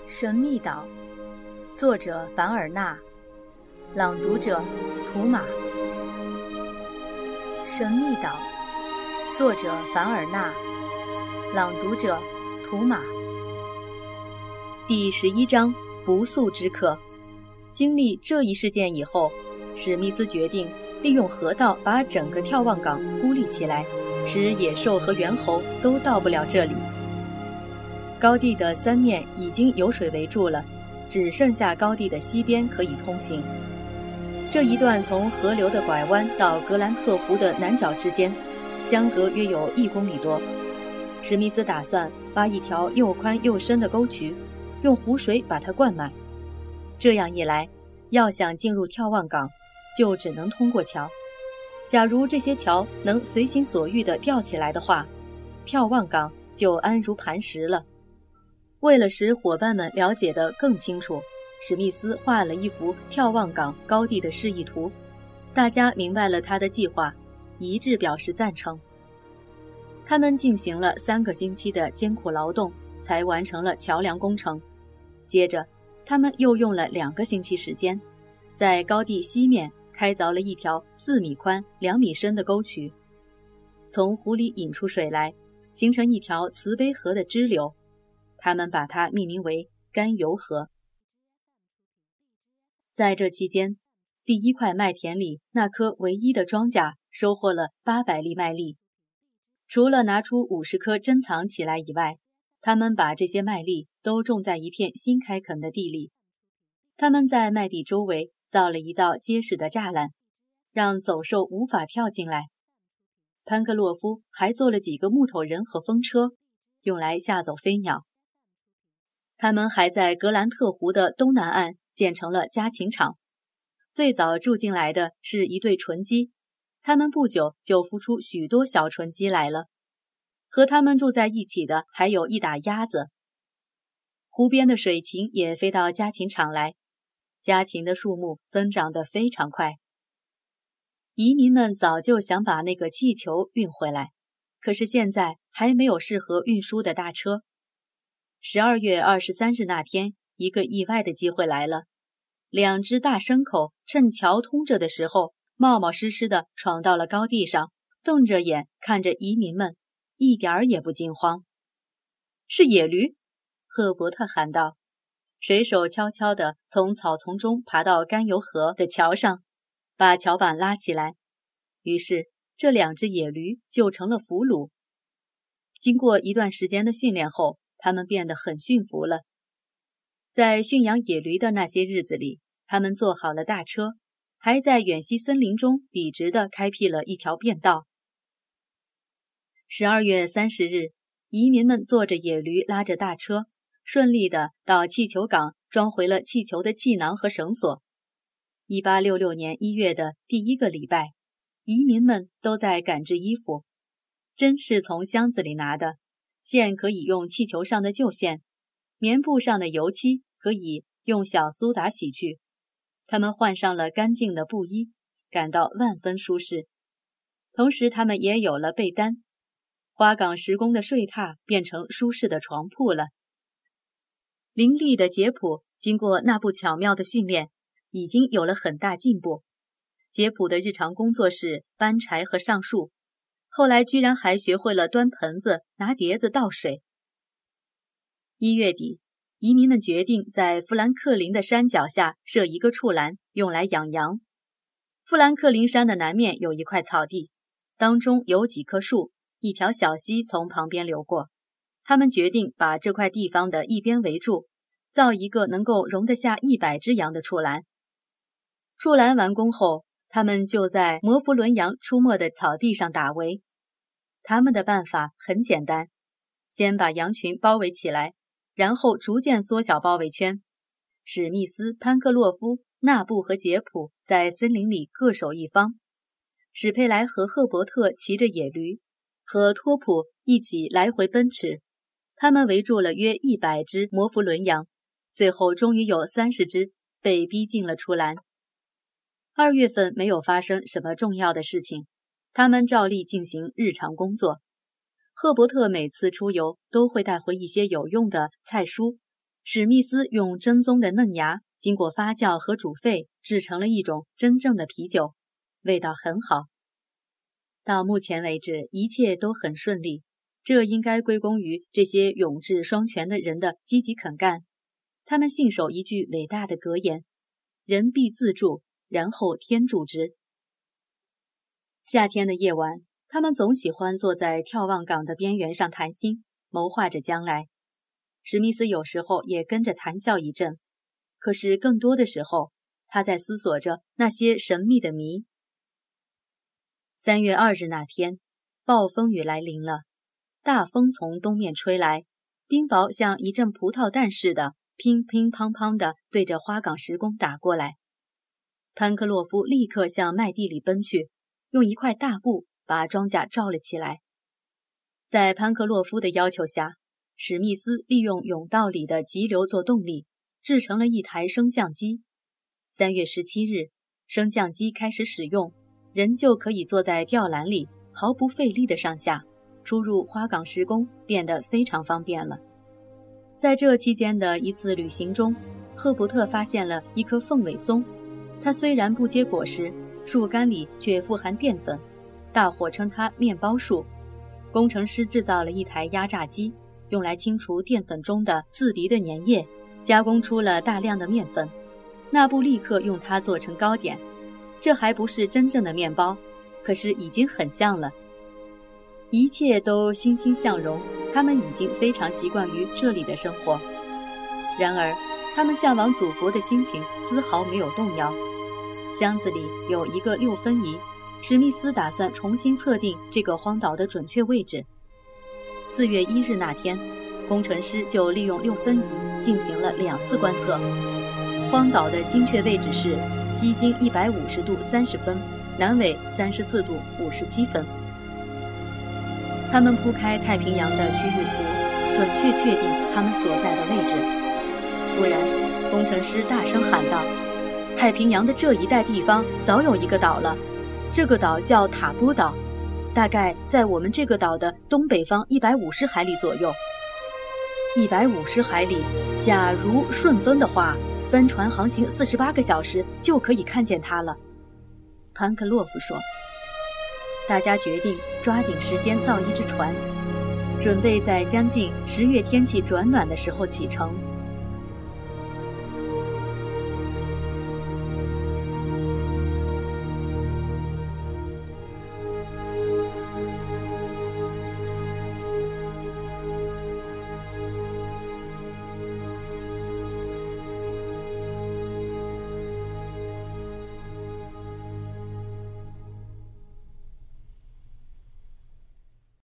神秘岛，作者凡尔纳，朗读者图马。神秘岛，作者凡尔纳，朗读者图马。第11章，不速之客。经历这一事件以后，史密斯决定利用河道把整个眺望港孤立起来，使野兽和猿猴都到不了这里。高地的三面已经有水围住了，只剩下高地的西边可以通行。这一段从河流的拐弯到格兰特湖的南角之间，相隔约有1公里多。史密斯打算挖一条又宽又深的沟渠，用湖水把它灌满。这样一来，要想进入眺望港，就只能通过桥。假如这些桥能随心所欲地吊起来的话，眺望港就安如磐石了。为了使伙伴们了解得更清楚，史密斯画了一幅眺望港高地的示意图。大家明白了他的计划，一致表示赞成。他们进行了3个星期的艰苦劳动，才完成了桥梁工程。接着，他们又用了2个星期时间，在高地西面开凿了一条4米宽、2米深的沟渠，从湖里引出水来，形成一条慈悲河的支流。他们把它命名为甘油河。在这期间，第1块麦田里那棵唯一的庄稼收获了800粒麦粒。除了拿出50颗珍藏起来以外，他们把这些麦粒都种在一片新开垦的地里。他们在麦地周围造了一道结实的栅栏，让走兽无法跳进来。潘克洛夫还做了几个木头人和风车，用来吓走飞鸟。他们还在格兰特湖的东南岸建成了家禽场。最早住进来的是一对纯鸡，他们不久就孵出许多小纯鸡来了。和他们住在一起的还有一打鸭子。湖边的水禽也飞到家禽场来，家禽的数目增长得非常快。移民们早就想把那个气球运回来，可是现在还没有适合运输的大车。12月23日那天，一个意外的机会来了。2只大牲口趁桥通着的时候，冒冒失失地闯到了高地上，瞪着眼看着移民们，一点儿也不惊慌。是野驴，赫伯特喊道。水手悄悄地从草丛中爬到甘油河的桥上，把桥板拉起来。于是这2只野驴就成了俘虏。经过一段时间的训练后，他们变得很驯服了。在驯养野驴的那些日子里，他们做好了大车，还在远西森林中笔直地开辟了一条便道。12月30日，移民们坐着野驴拉着大车，顺利地到气球港装回了气球的气囊和绳索。1866年1月的第1个礼拜，移民们都在赶制衣服。针是从箱子里拿的，线可以用气球上的旧线，棉布上的油漆可以用小苏打洗去。他们换上了干净的布衣，感到万分舒适。同时他们也有了被单，花岗石工的睡榻变成舒适的床铺了。伶俐的杰普经过那部巧妙的训练，已经有了很大进步。杰普的日常工作是搬柴和上树，后来居然还学会了端盆子、拿碟子倒水。1月底，移民们决定在富兰克林的山脚下设一个畜栏，用来养羊。富兰克林山的南面有一块草地，当中有几棵树，一条小溪从旁边流过。他们决定把这块地方的一边围住，造一个能够容得下100只羊的畜栏。畜栏完工后，他们就在摩弗伦羊出没的草地上打围。他们的办法很简单，先把羊群包围起来，然后逐渐缩小包围圈。史密斯、潘克洛夫、纳布和杰普在森林里各守一方。史佩莱和赫伯特骑着野驴，和托普一起来回奔驰。他们围住了约100只摩弗伦羊，最后终于有30只被逼进了畜栏。2月份没有发生什么重要的事情，他们照例进行日常工作。赫伯特每次出游都会带回一些有用的菜蔬， 史密斯用真宗的嫩芽经过发酵和煮沸，制成了一种真正的啤酒，味道很好。到目前为止，一切都很顺利，这应该归功于这些勇志双全的人的积极肯干。他们信守一句伟大的格言：人必自助，然后天助之。夏天的夜晚，他们总喜欢坐在眺望港的边缘上谈心，谋划着将来。史密斯有时候也跟着谈笑一阵，可是更多的时候，他在思索着那些神秘的谜。3月2日那天，暴风雨来临了，大风从东面吹来，冰雹像一阵葡萄弹似的乒乒乓乓地对着花岗石工打过来。潘克洛夫立刻向麦地里奔去，用一块大布把庄稼罩了起来。在潘克洛夫的要求下，史密斯利用甬道里的急流做动力，制成了一台升降机。3月17日，升降机开始使用，人就可以坐在吊篮里，毫不费力地上下，出入花岗石工变得非常方便了。在这期间的一次旅行中，赫伯特发现了一棵凤尾松，它虽然不结果实，树干里却富含淀粉，大伙称它面包树。工程师制造了一台压榨机，用来清除淀粉中的刺鼻的粘液，加工出了大量的面粉。纳布立刻用它做成糕点，这还不是真正的面包，可是已经很像了。一切都欣欣向荣，他们已经非常习惯于这里的生活。然而，他们向往祖国的心情丝毫没有动摇。箱子里有一个6分仪，史密斯打算重新测定这个荒岛的准确位置。4月1日那天，工程师就利用6分仪进行了2次观测。荒岛的精确位置是西经150度30分，南纬34度57分。他们铺开太平洋的区域图，准确确定他们所在的位置。突然，工程师大声喊道：“太平洋的这一带地方早有一个岛了，这个岛叫塔波岛，大概在我们这个岛的东北方150海里左右。150海里，假如顺风的话，帆船航行48个小时就可以看见它了。”潘克洛夫说。大家决定抓紧时间造一只船，准备在将近10月天气转暖的时候启程。